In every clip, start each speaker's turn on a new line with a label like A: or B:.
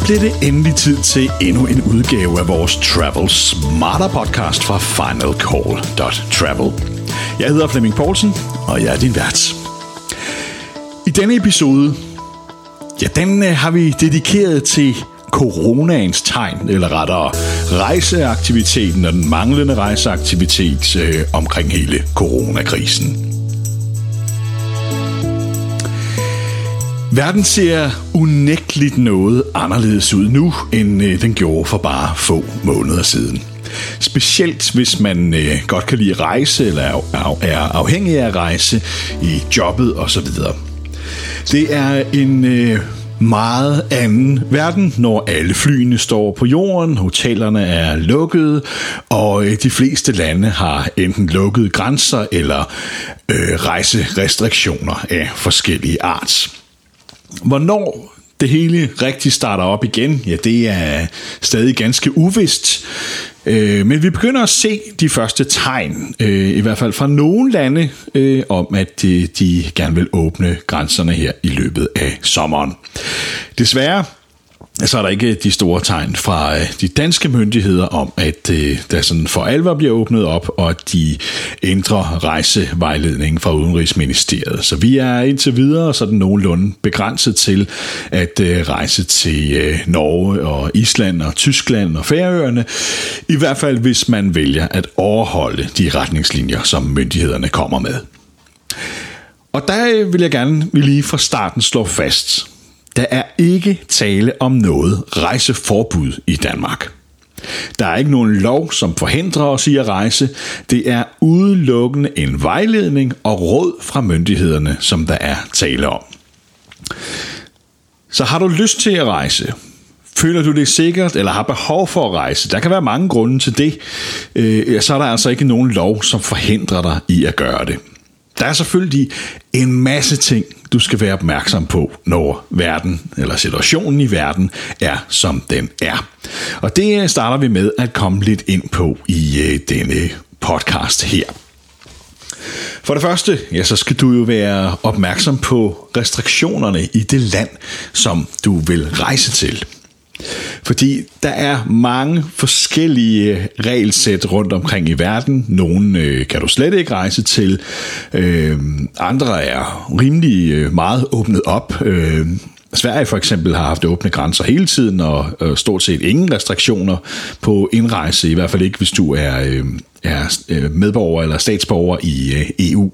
A: blev det endelig tid til endnu en udgave af vores Travel Smarter podcast fra finalcall.travel. Jeg hedder Flemming Poulsen, og jeg er din vært. I denne episode, den har vi dedikeret til coronaens tegn, eller rettere rejseaktiviteten og den manglende rejseaktivitet omkring hele coronakrisen. Verden ser unægteligt noget anderledes ud nu, end den gjorde for bare få måneder siden. Specielt hvis man godt kan lide at rejse, eller er afhængig af at rejse i jobbet osv. Det er en meget anden verden, når alle flyene står på jorden, hotellerne er lukkede, og de fleste lande har enten lukkede grænser eller rejserestriktioner af forskellige art. Hvornår det hele rigtig starter op igen, det er stadig ganske uvist. Men vi begynder at se de første tegn, i hvert fald fra nogle lande, om at de gerne vil åbne grænserne her i løbet af sommeren. Desværre så er der ikke de store tegn fra de danske myndigheder om, at der sådan for alvor bliver åbnet op, og at de ændrer rejsevejledningen fra Udenrigsministeriet. Så vi er indtil videre sådan nogenlunde begrænset til at rejse til Norge og Island og Tyskland og Færøerne. I hvert fald hvis man vælger at overholde de retningslinjer, som myndighederne kommer med. Og der vil jeg gerne lige fra starten slå fast: der er ikke tale om noget rejseforbud i Danmark. Der er ikke nogen lov, som forhindrer os i at rejse. Det er udelukkende en vejledning og råd fra myndighederne, som der er tale om. Så har du lyst til at rejse? Føler du det sikkert, eller har behov for at rejse? Der kan være mange grunde til det. Så er der altså ikke nogen lov, som forhindrer dig i at gøre det. Der er selvfølgelig en masse ting, du skal være opmærksom på, når verden eller situationen i verden er, som den er. Og det starter vi med at komme lidt ind på i denne podcast her. For det første, så skal du jo være opmærksom på restriktionerne i det land, som du vil rejse til. Fordi der er mange forskellige regelsæt rundt omkring i verden. Nogle kan du slet ikke rejse til. Andre er rimelig meget åbnet op. Sverige for eksempel har haft åbne grænser hele tiden, og stort set ingen restriktioner på indrejse. I hvert fald ikke, hvis du er medborger eller statsborger i EU.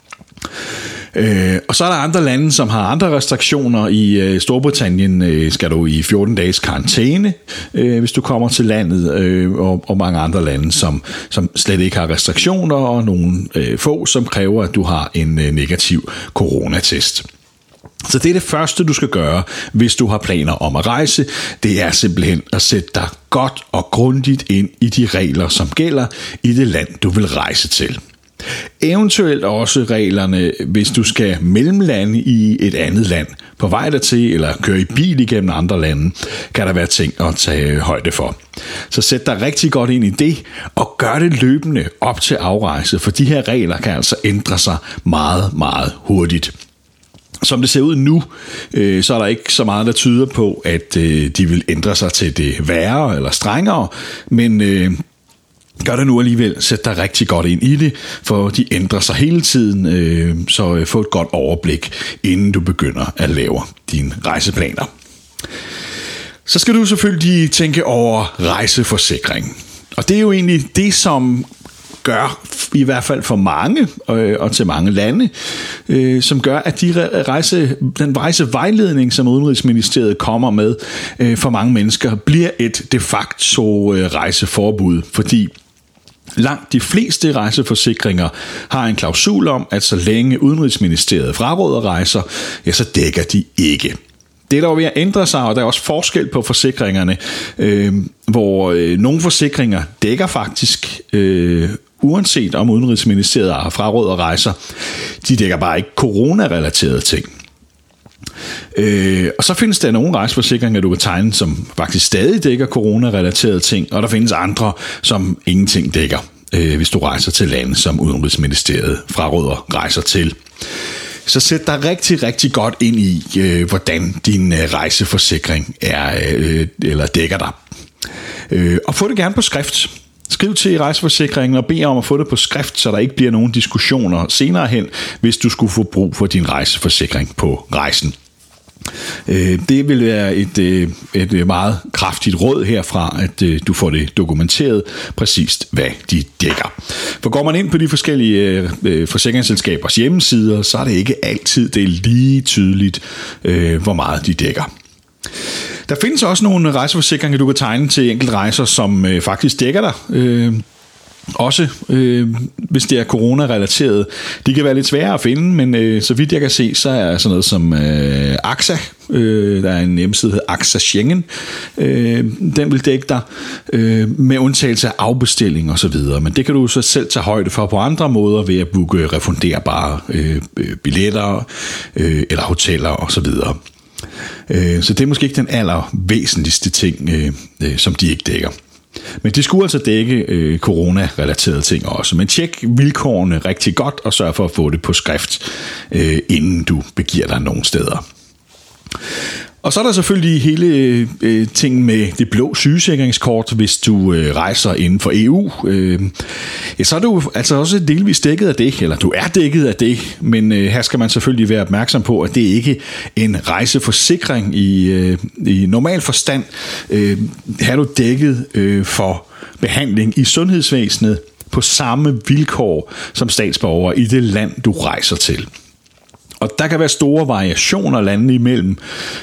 A: Og så er der andre lande, som har andre restriktioner. I Storbritannien skal du i 14 dages karantæne, hvis du kommer til landet, og mange andre lande, som slet ikke har restriktioner, og nogle få, som kræver, at du har en negativ coronatest. Så det er det første, du skal gøre, hvis du har planer om at rejse. Det er simpelthen at sætte dig godt og grundigt ind i de regler, som gælder i det land, du vil rejse til. Eventuelt også reglerne, hvis du skal mellemlande i et andet land på vej dertil, eller køre i bil igennem andre lande, kan der være ting at tage højde for. Så sæt dig rigtig godt ind i det, og gør det løbende op til afrejse, for de her regler kan altså ændre sig meget, meget hurtigt. Som det ser ud nu, så er der ikke så meget, der tyder på, at de vil ændre sig til det værre eller strengere, men gør det nu alligevel. Sæt dig rigtig godt ind i det, for de ændrer sig hele tiden, så få et godt overblik, inden du begynder at lave dine rejseplaner. Så skal du selvfølgelig tænke over rejseforsikring. Og det er jo egentlig det, som gør, i hvert fald for mange og til mange lande, som gør, at den rejsevejledning, som Udenrigsministeriet kommer med for mange mennesker, bliver et de facto rejseforbud, fordi langt de fleste rejseforsikringer har en klausul om, at så længe Udenrigsministeriet fraråder rejser, så dækker de ikke. Det er dog ved at ændre sig, og der er også forskel på forsikringerne, hvor nogle forsikringer dækker faktisk, uanset om Udenrigsministeriet har frarådet rejser, de dækker bare ikke corona-relaterede ting. Og så findes der nogle rejseforsikringer, du kan tegne, som faktisk stadig dækker corona-relaterede ting, og der findes andre, som ingenting dækker, hvis du rejser til lande, som Udenrigsministeriet fraråder rejser til. så sæt dig rigtig, rigtig godt ind i, hvordan din rejseforsikring eller dækker dig. Og få det gerne på skrift. Skriv til rejseforsikringen og bed om at få det på skrift, så der ikke bliver nogen diskussioner senere hen, hvis du skulle få brug for din rejseforsikring på rejsen. Det vil være et meget kraftigt råd herfra, at du får det dokumenteret præcist, hvad de dækker. For går man ind på de forskellige forsikringsselskabers hjemmesider, så er det ikke altid det er lige tydeligt, hvor meget de dækker. Der findes også nogle rejseforsikringer, du kan tegne til enkelte rejser, som faktisk dækker dig. Også hvis det er corona-relateret. De kan være lidt svære at finde, men så vidt jeg kan se, så er sådan noget som AXA, der er en hjemmeside, der hedder AXA Schengen, den vil dække dig med undtagelse af afbestilling og så videre. Men det kan du så selv tage højde for på andre måder ved at booke refunderbare billetter eller hoteller og så videre. Så det er måske ikke den allervæsentligste ting, som de ikke dækker. Men de skulle altså dække corona-relaterede ting også. Men tjek vilkårene rigtig godt og sørg for at få det på skrift, inden du begiver dig nogen steder. Og så er der selvfølgelig hele ting med det blå sygesikringskort, hvis du rejser inden for EU. Så er du altså også delvis dækket af det, eller du er dækket af det, men her skal man selvfølgelig være opmærksom på, at det ikke er en rejseforsikring i normal forstand. Her er du dækket for behandling i sundhedsvæsenet på samme vilkår som statsborger i det land, du rejser til. Og der kan være store variationer landene imellem,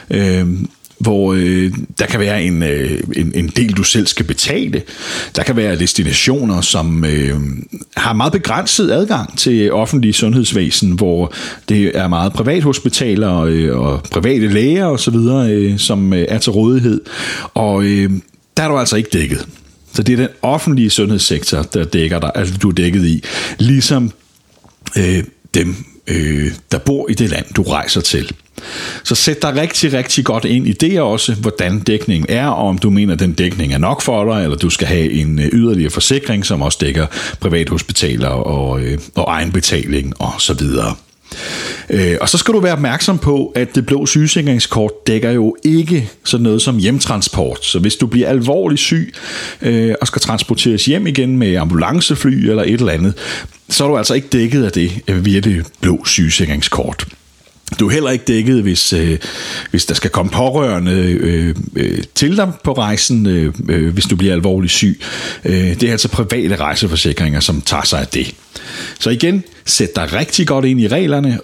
A: hvor der kan være en del, du selv skal betale. Der kan være destinationer, som har meget begrænset adgang til offentlige sundhedsvæsen, hvor det er meget privathospitaler og private læger osv., som er til rådighed. Og der er du altså ikke dækket. Så det er den offentlige sundhedssektor, der dækker dig, altså du er dækket i, ligesom dem, der bor i det land, du rejser til. Så sæt dig rigtig, rigtig godt ind i det også, hvordan dækningen er, og om du mener, at den dækning er nok for dig, eller du skal have en yderligere forsikring, som også dækker privathospitaler og egenbetaling og så videre. Og så skal du være opmærksom på, at det blå sygesikringskort dækker jo ikke sådan noget som hjemtransport. Så hvis du bliver alvorligt syg og skal transporteres hjem igen med ambulancefly eller et eller andet, så er du altså ikke dækket af det via det blå sygesikringskort. Du er heller ikke dækket, hvis der skal komme pårørende til dig på rejsen, hvis du bliver alvorligt syg. Det er altså private rejseforsikringer, som tager sig af det. Så igen, sæt dig rigtig godt ind i reglerne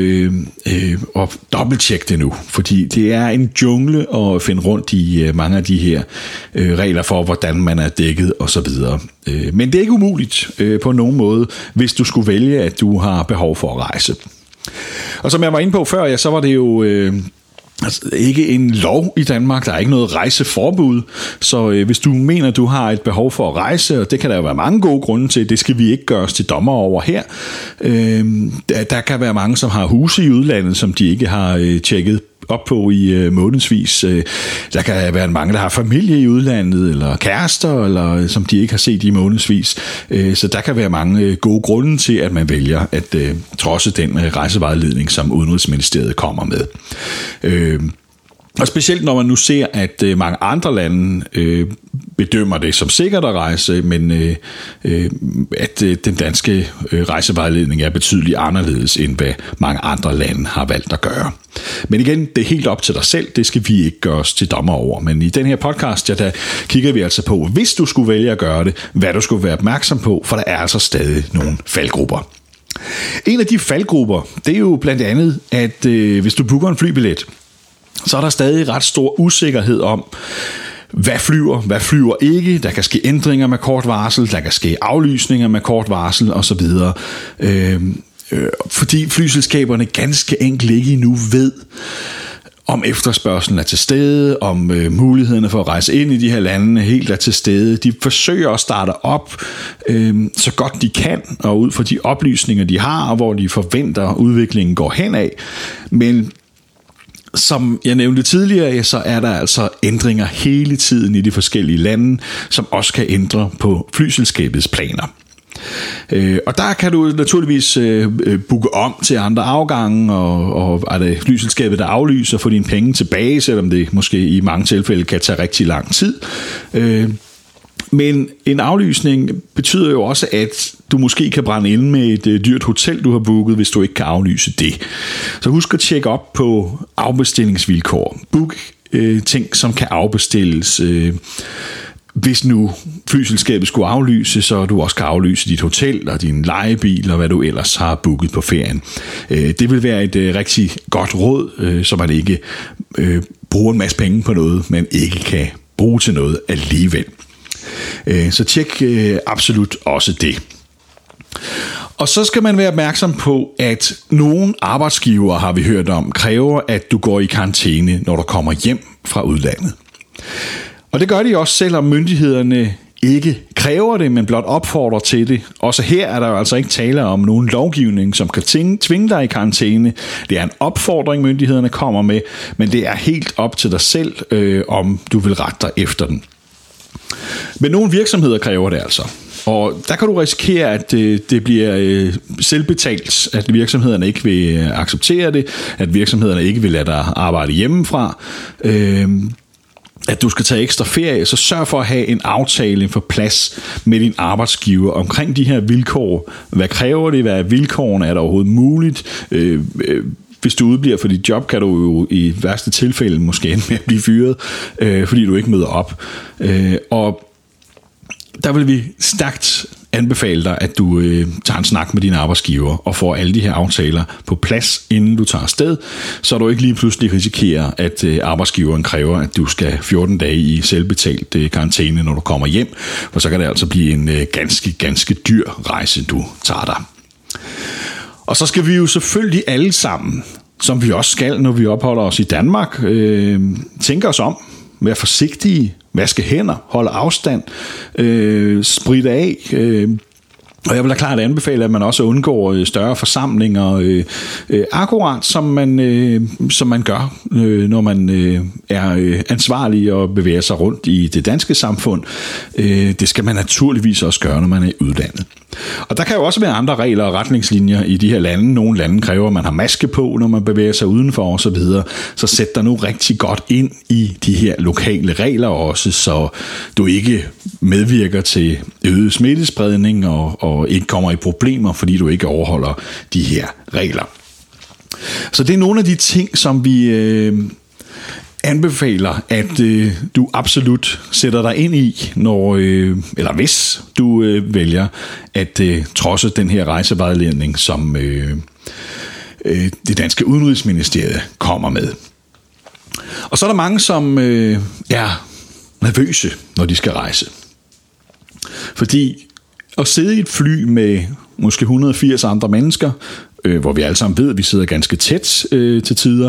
A: og dobbelttjek det nu, fordi det er en jungle at finde rundt i mange af de her regler for, hvordan man er dækket osv. Men det er ikke umuligt på nogen måde, hvis du skulle vælge, at du har behov for at rejse. Og som jeg var inde på før, så var det jo ikke en lov i Danmark. Der er ikke noget rejseforbud. Så hvis du mener, du har et behov for at rejse, og det kan der jo være mange gode grunde til, det skal vi ikke gøre os til dommer over her. Der kan være mange, som har huse i udlandet, som de ikke har tjekket op på i månedsvis. Der kan være mange, der har familie i udlandet, eller kærester, eller som de ikke har set i månedsvis. Så der kan være mange gode grunde til, at man vælger at trodse den rejsevejledning, som Udenrigsministeriet kommer med. Og specielt når man nu ser, at mange andre lande bedømmer det som sikkert at rejse, men at den danske rejsevejledning er betydeligt anderledes, end hvad mange andre lande har valgt at gøre. Men igen, det er helt op til dig selv, det skal vi ikke gøre os til dommer over. Men i den her podcast, der kigger vi altså på, hvis du skulle vælge at gøre det, hvad du skulle være opmærksom på, for der er altså stadig nogle faldgrupper. En af de faldgrupper, det er jo blandt andet, at hvis du booker en flybillet, så er der stadig ret stor usikkerhed om, hvad flyver ikke. Der kan ske ændringer med kort varsel, der kan ske aflysninger med kort varsel osv. Fordi flyselskaberne ganske enkelt ikke endnu ved, om efterspørgselen er til stede, om mulighederne for at rejse ind i de her lande helt er til stede. De forsøger at starte op så godt de kan, og ud fra de oplysninger, de har, og hvor de forventer, at udviklingen går henad. Men som jeg nævnte tidligere, så er der altså ændringer hele tiden i de forskellige lande, som også kan ændre på flyselskabets planer. Og der kan du naturligvis booke om til andre afgange, og er det flyselskabet, der aflyser, få dine penge tilbage, selvom det måske i mange tilfælde kan tage rigtig lang tid. Men en aflysning betyder jo også, at du måske kan brænde inde med et dyrt hotel, du har booket, hvis du ikke kan aflyse det. Så husk at tjekke op på afbestillingsvilkår. Book ting, som kan afbestilles. Hvis nu flyselskabet skulle aflyse, så du også kan aflyse dit hotel og din lejebil og hvad du ellers har booket på ferien. Det vil være et rigtig godt råd, så man ikke bruger en masse penge på noget, man ikke kan bruge til noget alligevel. Så tjek absolut også det. Og så skal man være opmærksom på, at nogle arbejdsgivere, har vi hørt om, kræver, at du går i karantæne, når du kommer hjem fra udlandet. Og det gør de også, selvom myndighederne ikke kræver det, men blot opfordrer til det. Også her er der jo altså ikke tale om nogen lovgivning, som kan tvinge dig i karantæne. Det er en opfordring, myndighederne kommer med, men det er helt op til dig selv, om du vil rette dig efter den. Men nogle virksomheder kræver det altså. Og der kan du risikere, at det bliver selvbetalt, at virksomhederne ikke vil acceptere det, at virksomhederne ikke vil lade dig arbejde hjemmefra, at du skal tage ekstra ferie, så sørg for at have en aftale på plads med din arbejdsgiver omkring de her vilkår. Hvad kræver det? Hvad er vilkårene? Er det overhovedet muligt? Hvis du udbliver for dit job, kan du jo i værste tilfælde måske ende med at blive fyret, fordi du ikke møder op. Og der vil vi stærkt anbefale dig, at du tager en snak med din arbejdsgiver og får alle de her aftaler på plads, inden du tager afsted, så du ikke lige pludselig risikerer, at arbejdsgiveren kræver, at du skal 14 dage i selvbetalt karantæne, når du kommer hjem, for så kan det altså blive en ganske dyr rejse, du tager dig. Og så skal vi jo selvfølgelig alle sammen, som vi også skal, når vi opholder os i Danmark, tænke os om, være forsigtige, vaske hænder, holde afstand, spritte af. Og jeg vil da klart anbefale, at man også undgår større forsamlinger, akkurat som man gør, når man er ansvarlig og bevæger sig rundt i det danske samfund. Det skal man naturligvis også gøre, når man er i udlandet. Og der kan jo også være andre regler og retningslinjer i de her lande. Nogle lande kræver, at man har maske på, når man bevæger sig udenfor osv. Så sæt dig nu rigtig godt ind i de her lokale regler også, så du ikke medvirker til øget smittespredning og ikke kommer i problemer, fordi du ikke overholder de her regler. Så det er nogle af de ting, som vi anbefaler, at du absolut sætter dig ind i, når, eller hvis du vælger at trodse den her rejsevejledning, som det danske udenrigsministerium kommer med. Og så er der mange, som er nervøse, når de skal rejse. Fordi at sidde i et fly med måske 180 andre mennesker, hvor vi alle sammen ved, at vi sidder ganske tæt til tider,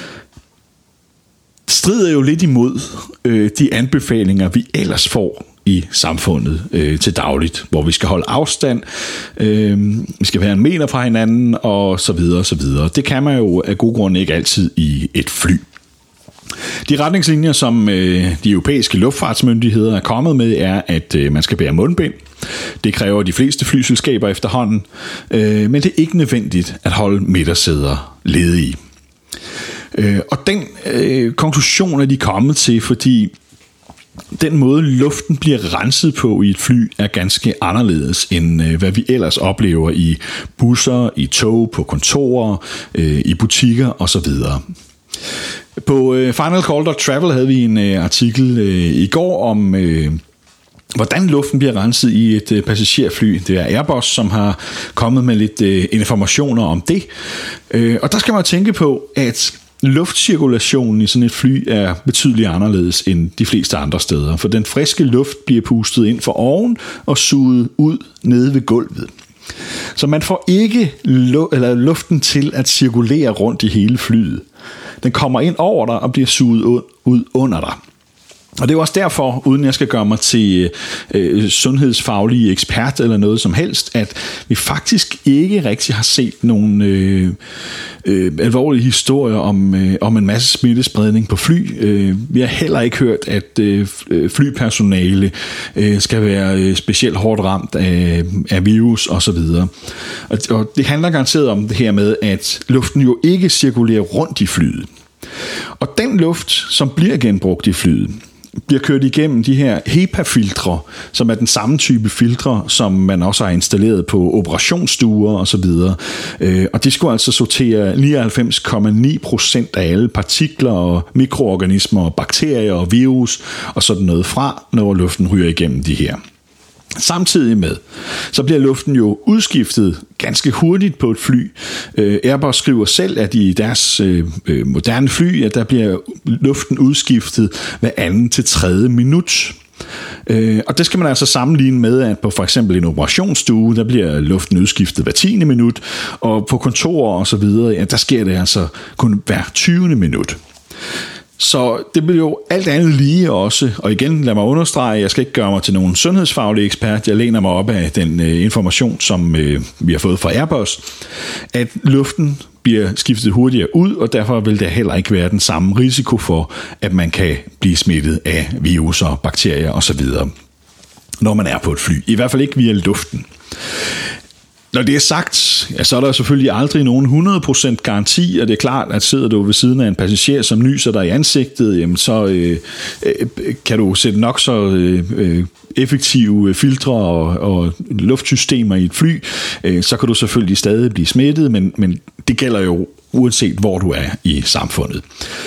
A: strider jo lidt imod de anbefalinger, vi ellers får i samfundet til dagligt, hvor vi skal holde afstand, vi skal være 1 meter fra hinanden, og så videre, og så videre. Det kan man jo af gode grunde ikke altid i et fly. De retningslinjer, som de europæiske luftfartsmyndigheder er kommet med, er, at man skal bære mundbind. Det kræver de fleste flyselskaber efterhånden, men det er ikke nødvendigt at holde midtersæder ledige. Og den konklusion er de kommet til, fordi den måde luften bliver renset på i et fly er ganske anderledes end hvad vi ellers oplever i busser, i tog, på kontorer, i butikker osv. På Final.Travel havde vi en artikel i går om hvordan luften bliver renset i et passagerfly. Det er Airbus, som har kommet med lidt informationer om det. Og der skal man tænke på, at luftcirkulationen i sådan et fly er betydeligt anderledes end de fleste andre steder, for den friske luft bliver pustet ind for oven og suget ud nede ved gulvet. Så man får ikke luften til at cirkulere rundt i hele flyet. Den kommer ind over dig og bliver suget ud under dig. Og det er også derfor, uden jeg skal gøre mig til sundhedsfaglig ekspert eller noget som helst, at vi faktisk ikke rigtig har set nogle alvorlige historier om en masse smittespredning på fly. Vi har heller ikke hørt, at flypersonale skal være specielt hårdt ramt af virus osv. Og det handler garanteret om det her med, at luften jo ikke cirkulerer rundt i flyet. Og den luft, som bliver genbrugt i flyet, bliver kørt igennem de her HEPA-filtre, som er den samme type filtre, som man også har installeret på operationsstuer osv. Og de skulle altså sortere 99,9% af alle partikler og mikroorganismer og bakterier og virus og sådan noget fra, når luften ryger igennem de her. Samtidig med, så bliver luften jo udskiftet ganske hurtigt på et fly. Airbus skriver selv, at i deres moderne fly, at der bliver luften udskiftet hver 2. til 3. minut. Og det skal man altså sammenligne med, at på for eksempel en operationsstue, der bliver luften udskiftet hver 10. minut, og på kontorer og så videre, ja, der sker det altså kun hver 20. minut. Så det bliver jo alt andet lige også, og igen lad mig understrege, jeg skal ikke gøre mig til nogen sundhedsfaglig ekspert, jeg læner mig op af den information, som vi har fået fra Airbus, at luften bliver skiftet hurtigere ud, og derfor vil der heller ikke være den samme risiko for, at man kan blive smittet af virusser, bakterier osv., når man er på et fly. I hvert fald ikke via luften. Når det er sagt, ja, så er der selvfølgelig aldrig nogen 100% garanti, og det er klart, at sidder du ved siden af en passager, som nyser dig i ansigtet, jamen så kan du sætte nok så effektive filtre og luftsystemer i et fly, så kan du selvfølgelig stadig blive smittet, men det gælder jo uanset hvor du er i samfundet.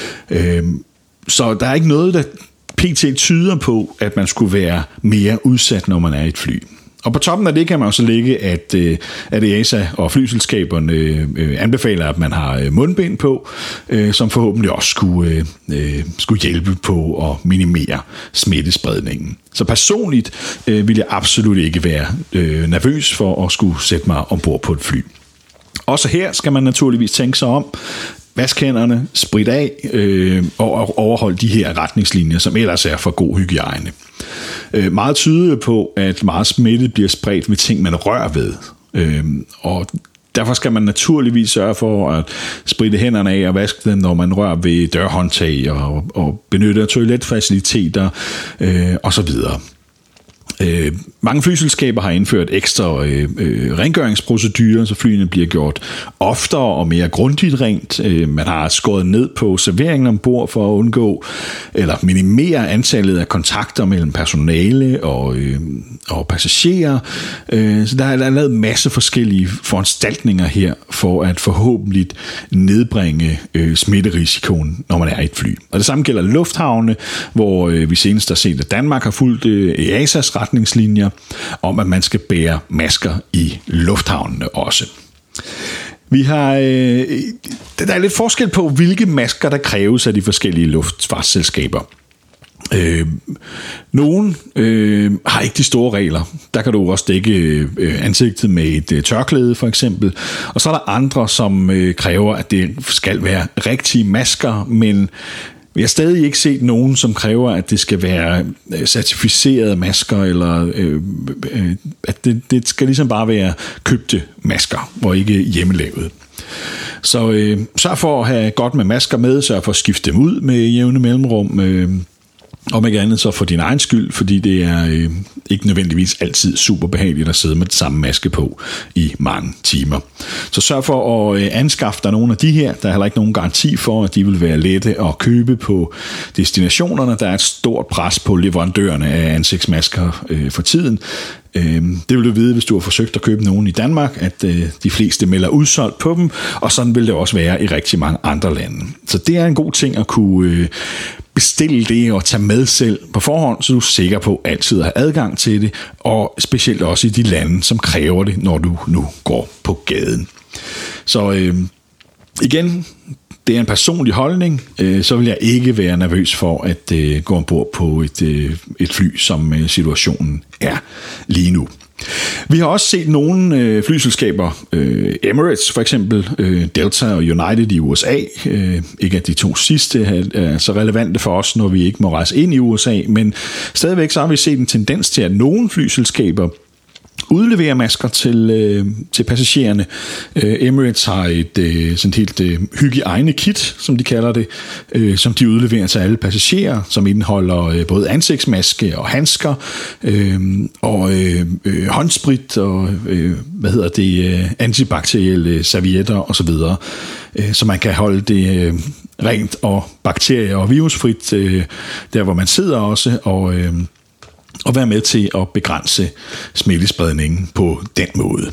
A: Så der er ikke noget, der pt. Tyder på, at man skulle være mere udsat, når man er i et fly. Og på toppen af det kan man også lægge, at EASA og flyselskaberne anbefaler, at man har mundbind på, som forhåbentlig også skulle hjælpe på at minimere smittespredningen. Så personligt vil jeg absolut ikke være nervøs for at skulle sætte mig ombord på et fly. Også her skal man naturligvis tænke sig om. Vask hænderne, sprit af og overhold de her retningslinjer, som ellers er for god hygiejne. Meget tyder på, at meget smitte bliver spredt ved ting, man rører ved. Og derfor skal man naturligvis sørge for at spritte hænderne af og vaske dem, når man rører ved dørhåndtag og benytter toiletfaciliteter osv. Mange flyselskaber har indført ekstra rengøringsprocedurer, så flyene bliver gjort oftere og mere grundigt rent. Man har skåret ned på serveringen ombord for at undgå eller minimere antallet af kontakter mellem personale og passagerer. Så der er lavet en masse forskellige foranstaltninger her for at forhåbentlig nedbringe smitterisikoen, når man er i et fly. Og det samme gælder lufthavne, hvor vi senest har set, at Danmark har fulgt EASAs retningslinjer om, at man skal bære masker i lufthavnene også. Vi har, der er lidt forskel på, hvilke masker, der kræves af de forskellige luftfartsselskaber. Nogle har ikke de store regler. Der kan du også dække ansigtet med et tørklæde for eksempel. Og så er der andre, som kræver, at det skal være rigtige masker, men vi har stadig ikke set nogen, som kræver, at det skal være certificerede masker, eller at det skal ligesom bare være købte masker, og ikke hjemmelavet. Så sørg for at have godt med masker med, sørg for at skifte dem ud med jævne mellemrum, om ikke andet så for din egen skyld, fordi det er ikke nødvendigvis altid super behageligt at sidde med det samme maske på i mange timer. Så sørg for at anskaffe dig nogle af de her. Der er heller ikke nogen garanti for, at de vil være lette at købe på destinationerne. Der er et stort pres på leverandørerne af ansigtsmasker for tiden. Det vil du vide, hvis du har forsøgt at købe nogen i Danmark, at de fleste melder udsolgt på dem, og sådan vil det også være i rigtig mange andre lande. Så det er en god ting at kunne bestille det og tage med selv på forhånd, så du er sikker på at altid har adgang til det, og specielt også i de lande, som kræver det, når du nu går på gaden. Så igen, det er en personlig holdning, så vil jeg ikke være nervøs for at gå ombord på et fly, som situationen er lige nu. Vi har også set nogle flyselskaber, Emirates for eksempel, Delta og United i USA, ikke at de to sidste er så relevante for os, når vi ikke må rejse ind i USA, men stadigvæk så har vi set en tendens til, at nogle flyselskaber udleverer masker til passagererne. Emirates har et sådan helt hygiejne-kit, som de kalder det, som de udleverer til alle passagerer, som indeholder både ansigtsmaske og handsker og håndsprit og antibakterielle servietter osv., så man kan holde det rent og bakterie- og virusfrit der, hvor man sidder også, og være med til at begrænse smittespredningen på den måde.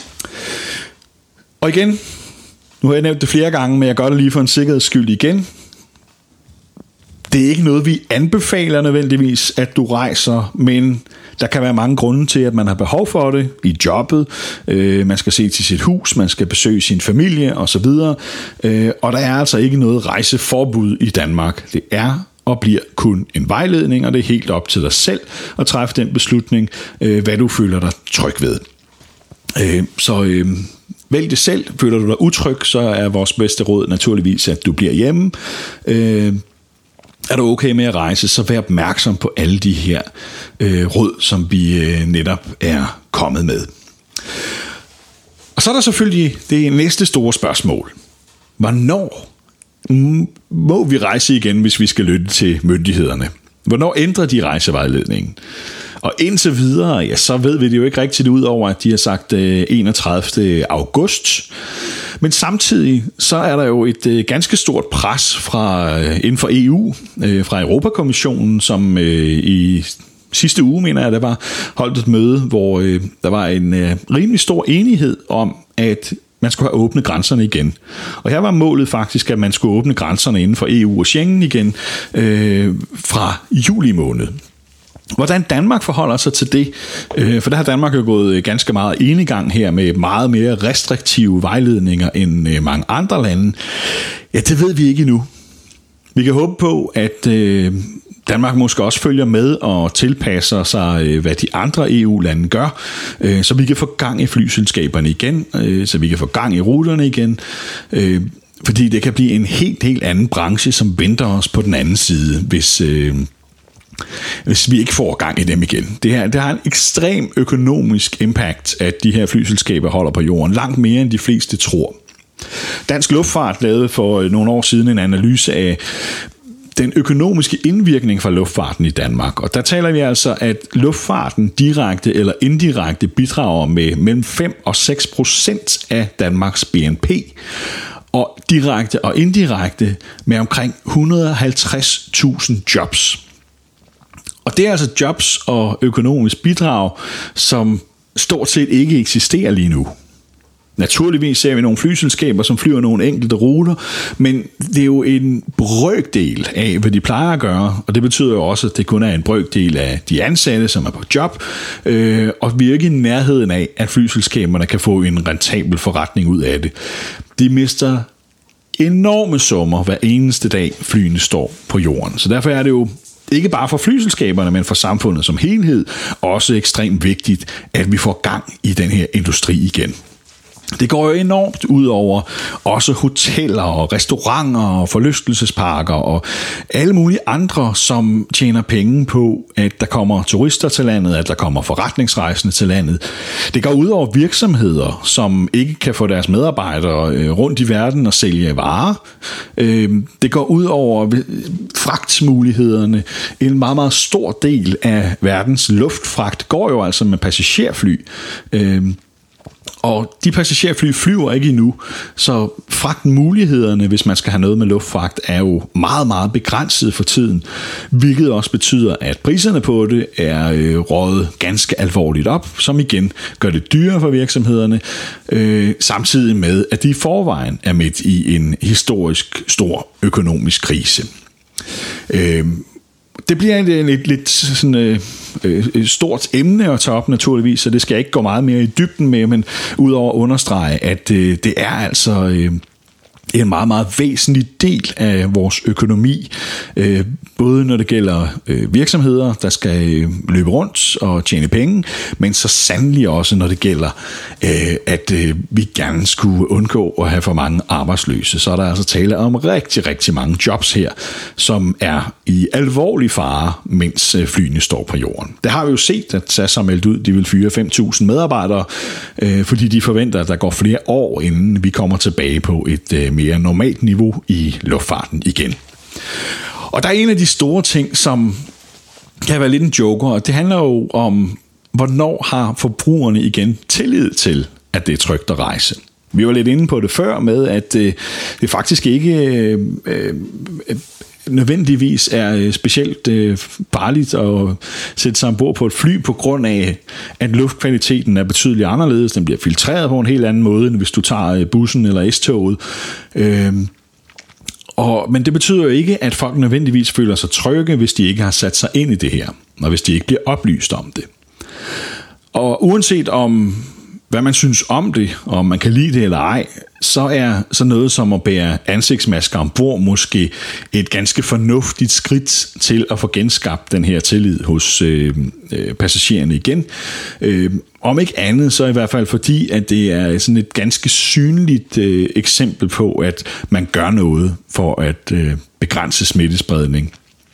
A: Og igen, nu har jeg nævnt det flere gange, men jeg gør det lige for en sikkerheds skyld igen. Det er ikke noget, vi anbefaler nødvendigvis, at du rejser, men der kan være mange grunde til, at man har behov for det i jobbet. Man skal se til sit hus, man skal besøge sin familie osv. Og der er altså ikke noget rejseforbud i Danmark. Det er og bliver kun en vejledning, og det er helt op til dig selv at træffe den beslutning, hvad du føler dig tryg ved. Så vælg det selv. Føler du dig utryg, så er vores bedste råd naturligvis, at du bliver hjemme. Er du okay med at rejse, så vær opmærksom på alle de her råd, som vi netop er kommet med. Og så er der selvfølgelig det næste store spørgsmål. Hvornår må vi rejse igen, hvis vi skal lytte til myndighederne? Hvornår ændrer de rejsevejledningen? Og indtil videre, ja, så ved vi det jo ikke rigtigt ud over, at de har sagt 31. august. Men samtidig så er der jo et ganske stort pres inden for EU, fra Europakommissionen, som i sidste uge, mener jeg, der var holdt et møde, hvor der var en rimelig stor enighed om, at man skulle have åbnet grænserne igen. Og her var målet faktisk, at man skulle åbne grænserne inden for EU og Schengen igen fra juli måned. Hvordan Danmark forholder sig til det, for der har Danmark jo gået ganske meget enegang her med meget mere restriktive vejledninger end mange andre lande. Ja, det ved vi ikke endnu. Vi kan håbe på, at Danmark måske også følger med og tilpasser sig, hvad de andre EU-lande gør, så vi kan få gang i flyselskaberne igen, så vi kan få gang i ruterne igen, fordi det kan blive en helt anden branche, som venter os på den anden side, hvis vi ikke får gang i dem igen. Det har en ekstrem økonomisk impact, at de her flyselskaber holder på jorden, langt mere end de fleste tror. Dansk Luftfart lavede for nogle år siden en analyse af den økonomiske indvirkning fra luftfarten i Danmark. Og der taler vi altså, at luftfarten direkte eller indirekte bidrager med mellem 5 og 6% af Danmarks BNP, og direkte og indirekte med omkring 150.000 jobs. Og det er altså jobs og økonomisk bidrag, som stort set ikke eksisterer lige nu. Naturligvis ser vi nogle flyselskaber, som flyver nogle enkelte ruter, men det er jo en brøkdel af, hvad de plejer at gøre, og det betyder jo også, at det kun er en brøkdel af de ansatte, som er på job, og vi er ikke i nærheden af, at flyselskaberne kan få en rentabel forretning ud af det. De mister enorme summer hver eneste dag, flyene står på jorden. Så derfor er det jo ikke bare for flyselskaberne, men for samfundet som helhed, også ekstremt vigtigt, at vi får gang i den her industri igen. Det går jo enormt ud over også hoteller og restauranter og forlystelsesparker og alle mulige andre, som tjener penge på, at der kommer turister til landet, at der kommer forretningsrejsende til landet. Det går ud over virksomheder, som ikke kan få deres medarbejdere rundt i verden og sælge varer. Det går ud over fragtmulighederne. En meget, meget stor del af verdens luftfragt går jo altså med passagerfly. Og de passagerfly flyver ikke endnu, så fragtmulighederne, hvis man skal have noget med luftfragt, er jo meget, meget begrænset for tiden, hvilket også betyder, at priserne på det er røget ganske alvorligt op, som igen gør det dyrere for virksomhederne, samtidig med, at de i forvejen er midt i en historisk stor økonomisk krise. Det bliver et lidt sådan, stort emne at tage op naturligvis, så det skal jeg ikke gå meget mere i dybden med, men udover at understrege, at det er altså en meget, meget væsentlig del af vores økonomi, både når det gælder virksomheder, der skal løbe rundt og tjene penge, men så sandelig også, når det gælder, at vi gerne skulle undgå at have for mange arbejdsløse. Så er der altså tale om rigtig, rigtig mange jobs her, som er i alvorlig fare, mens flyene står på jorden. Det har vi jo set, at SAS har meldt ud, de vil fyre 5.000 medarbejdere, fordi de forventer, at der går flere år, inden vi kommer tilbage på et mere normalt niveau i luftfarten igen. Og der er en af de store ting, som kan være lidt en joker, og det handler jo om, hvornår har forbrugerne igen tillid til, at det er trygt at rejse. Vi var lidt inde på det før med, at det faktisk ikke nødvendigvis er specielt farligt at sætte sig ombord på et fly på grund af, at luftkvaliteten er betydeligt anderledes. Den bliver filtreret på en helt anden måde, end hvis du tager bussen eller S-toget. Men det betyder jo ikke, at folk nødvendigvis føler sig trygge, hvis de ikke har sat sig ind i det her, og hvis de ikke bliver oplyst om det. Og uanset om hvad man synes om det, og om man kan lide det eller ej, så er så noget som at bære ansigtsmasker ombord måske et ganske fornuftigt skridt til at få genskabt den her tillid hos passagererne igen. Om ikke andet, så i hvert fald fordi, at det er sådan et ganske synligt eksempel på, at man gør noget for at begrænse smittespredning.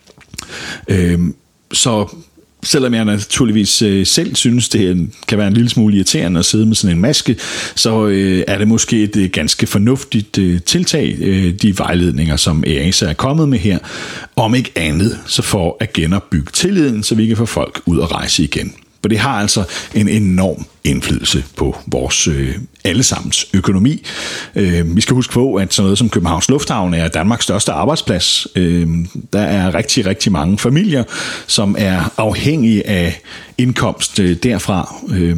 A: Så selvom jeg naturligvis selv synes, det kan være en lille smule irriterende at sidde med sådan en maske, så er det måske et ganske fornuftigt tiltag, de vejledninger, som EASA er kommet med her. Om ikke andet, så for at genopbygge tilliden, så vi kan få folk ud og rejse igen. For det har altså en enorm indflydelse på vores allesammens økonomi. Vi skal huske på, at sådan noget som Københavns Lufthavn er Danmarks største arbejdsplads. Der er rigtig, rigtig mange familier, som er afhængige af indkomst derfra.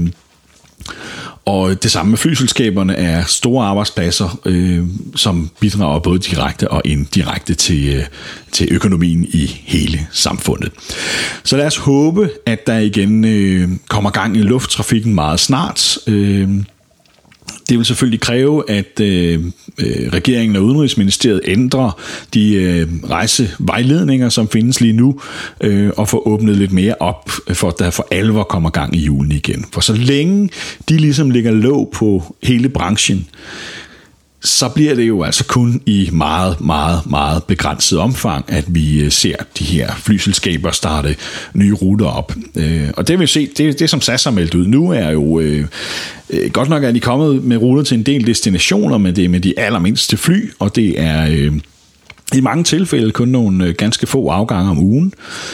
A: Og det samme med flyselskaberne er store arbejdspladser, som bidrager både direkte og indirekte til økonomien i hele samfundet. Så lad os håbe, at der igen kommer gang i lufttrafikken meget snart. Det vil selvfølgelig kræve, at regeringen og Udenrigsministeriet ændrer de rejsevejledninger, som findes lige nu, og får åbnet lidt mere op, for at der for alvor kommer gang i hjulene igen. For så længe de ligesom ligger låg på hele branchen, så bliver det jo altså kun i meget, meget, meget begrænset omfang, at vi ser de her flyselskaber starte nye ruter op. Og det vil se, det som SAS har meldt ud nu, er jo godt nok, at de er kommet med ruter til en del destinationer, men det er med de allermindste fly, og det er i mange tilfælde kun nogle ganske få afgange om ugen.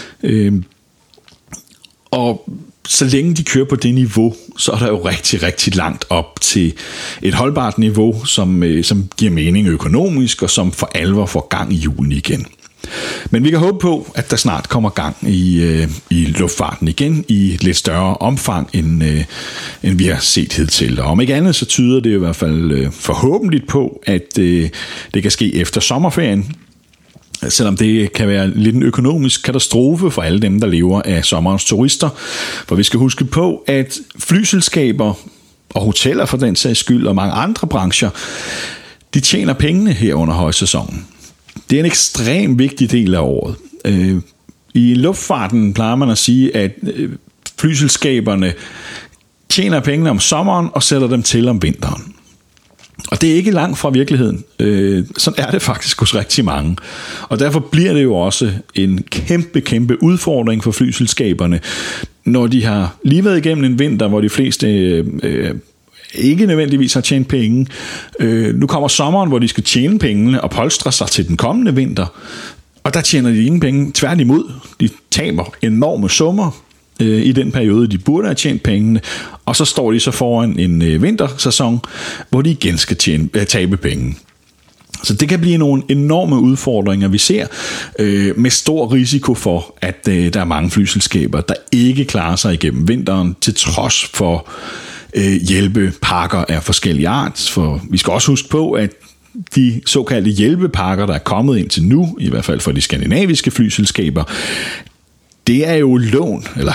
A: Og så længe de kører på det niveau, så er der jo rigtig, rigtig langt op til et holdbart niveau, som giver mening økonomisk, og som for alvor får gang i hjulene igen. Men vi kan håbe på, at der snart kommer gang i luftfarten igen i lidt større omfang, end vi har set hidtil. Og om ikke andet, så tyder det i hvert fald forhåbentlig på, at det kan ske efter sommerferien. Selvom det kan være lidt en økonomisk katastrofe for alle dem, der lever af sommerens turister. For vi skal huske på, at flyselskaber og hoteller for den sags skyld og mange andre brancher, de tjener pengene her under højsæsonen. Det er en ekstremt vigtig del af året. I luftfarten plejer man at sige, at flyselskaberne tjener pengene om sommeren og sætter dem til om vinteren. Og det er ikke langt fra virkeligheden. Sådan er det faktisk hos rigtig mange. Og derfor bliver det jo også en kæmpe, kæmpe udfordring for flyselskaberne, når de har lige været igennem en vinter, hvor de fleste ikke nødvendigvis har tjent penge. Nu kommer sommeren, hvor de skal tjene pengene og polstre sig til den kommende vinter. Og der tjener de ingen penge. Tværtimod, de taber enorme summer i den periode, de burde have tjent pengene, og så står de så foran en vintersæson, hvor de igen skal tabe penge. Så det kan blive nogle enorme udfordringer, vi ser, med stor risiko for, at der er mange flyselskaber, der ikke klarer sig igennem vinteren, til trods for hjælpepakker af forskellige art. For vi skal også huske på, at de såkaldte hjælpepakker, der er kommet indtil nu, i hvert fald for de skandinaviske flyselskaber, det er jo lån, eller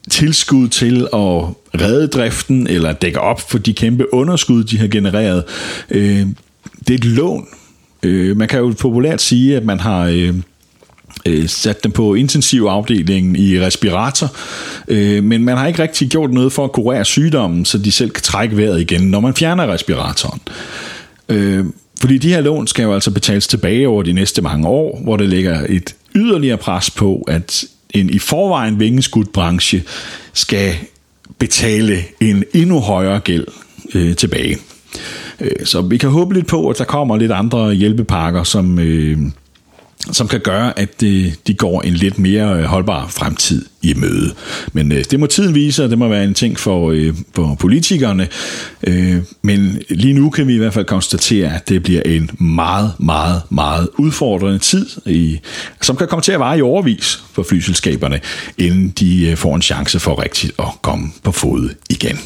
A: tilskud til at redde driften eller dække op for de kæmpe underskud, de har genereret. Det er et lån. Man kan jo populært sige, at man har sat dem på intensivafdelingen i respirator, men man har ikke rigtig gjort noget for at kurere sygdommen, så de selv kan trække vejret igen, når man fjerner respiratoren. Fordi de her lån skal jo altså betales tilbage over de næste mange år, hvor det lægger et yderligere pres på, at en i forvejen vingeskudt branche skal betale en endnu højere gæld tilbage. Så vi kan håbe lidt på, at der kommer lidt andre hjælpepakker, som kan gøre, at de går en lidt mere holdbar fremtid i møde. Men det må tiden vise, og det må være en ting for politikerne. Men lige nu kan vi i hvert fald konstatere, at det bliver en meget, meget, meget udfordrende tid, som kan komme til at vare i årevis for flyselskaberne, inden de får en chance for rigtigt at komme på fod igen.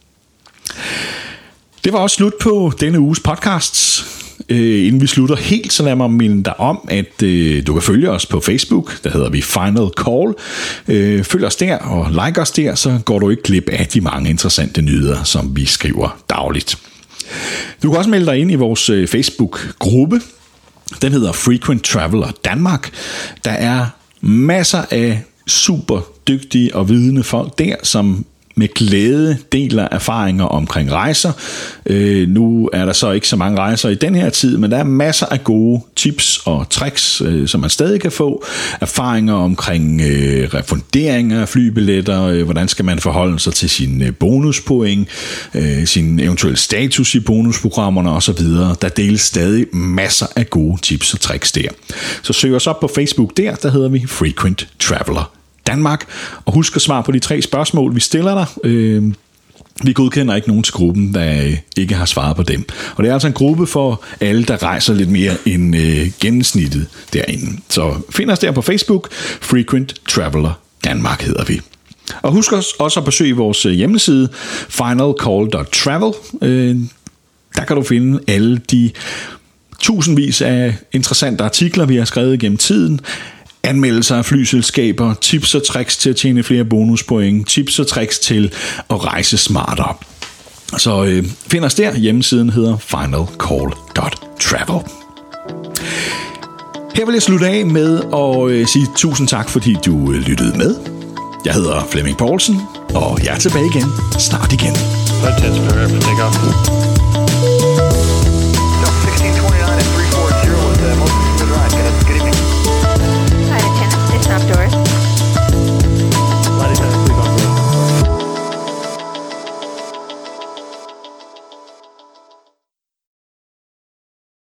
A: Det var også slut på denne uges podcasts. Inden vi slutter helt, så lad mig minde dig om, at du kan følge os på Facebook. Der hedder vi Final Call. Følg os der og like os der, så går du ikke glip af de mange interessante nyheder, som vi skriver dagligt. Du kan også melde dig ind i vores Facebook-gruppe. Den hedder Frequent Traveler Danmark. Der er masser af super dygtige og vidende folk der, som med glæde deler erfaringer omkring rejser. Nu er der så ikke så mange rejser i den her tid, men der er masser af gode tips og tricks, som man stadig kan få. Erfaringer omkring refundering af flybilletter, hvordan skal man forholde sig til sine bonuspoint, sin eventuelle status i bonusprogrammerne osv. Der deles stadig masser af gode tips og tricks der. Så søg os op på Facebook der hedder vi Frequent Traveler Danmark, og husk at svare på de 3 spørgsmål, vi stiller dig. Vi godkender ikke nogen til gruppen, der ikke har svaret på dem. Og det er altså en gruppe for alle, der rejser lidt mere end gennemsnittet derinde. Så find os der på Facebook. Frequent Traveler Danmark hedder vi. Og husk også at besøge vores hjemmeside, finalcall.travel. Der kan du finde alle de tusindvis af interessante artikler, vi har skrevet gennem tiden. Anmeldelser af flyselskaber, tips og tricks til at tjene flere bonuspoint, tips og tricks til at rejse smartere. Så find os der. Hjemmesiden hedder finalcall.travel. Her vil jeg slutte af med at sige tusind tak, fordi du lyttede med. Jeg hedder Flemming Poulsen, og jeg er tilbage igen snart igen.
B: No, 1629 at 340 was the most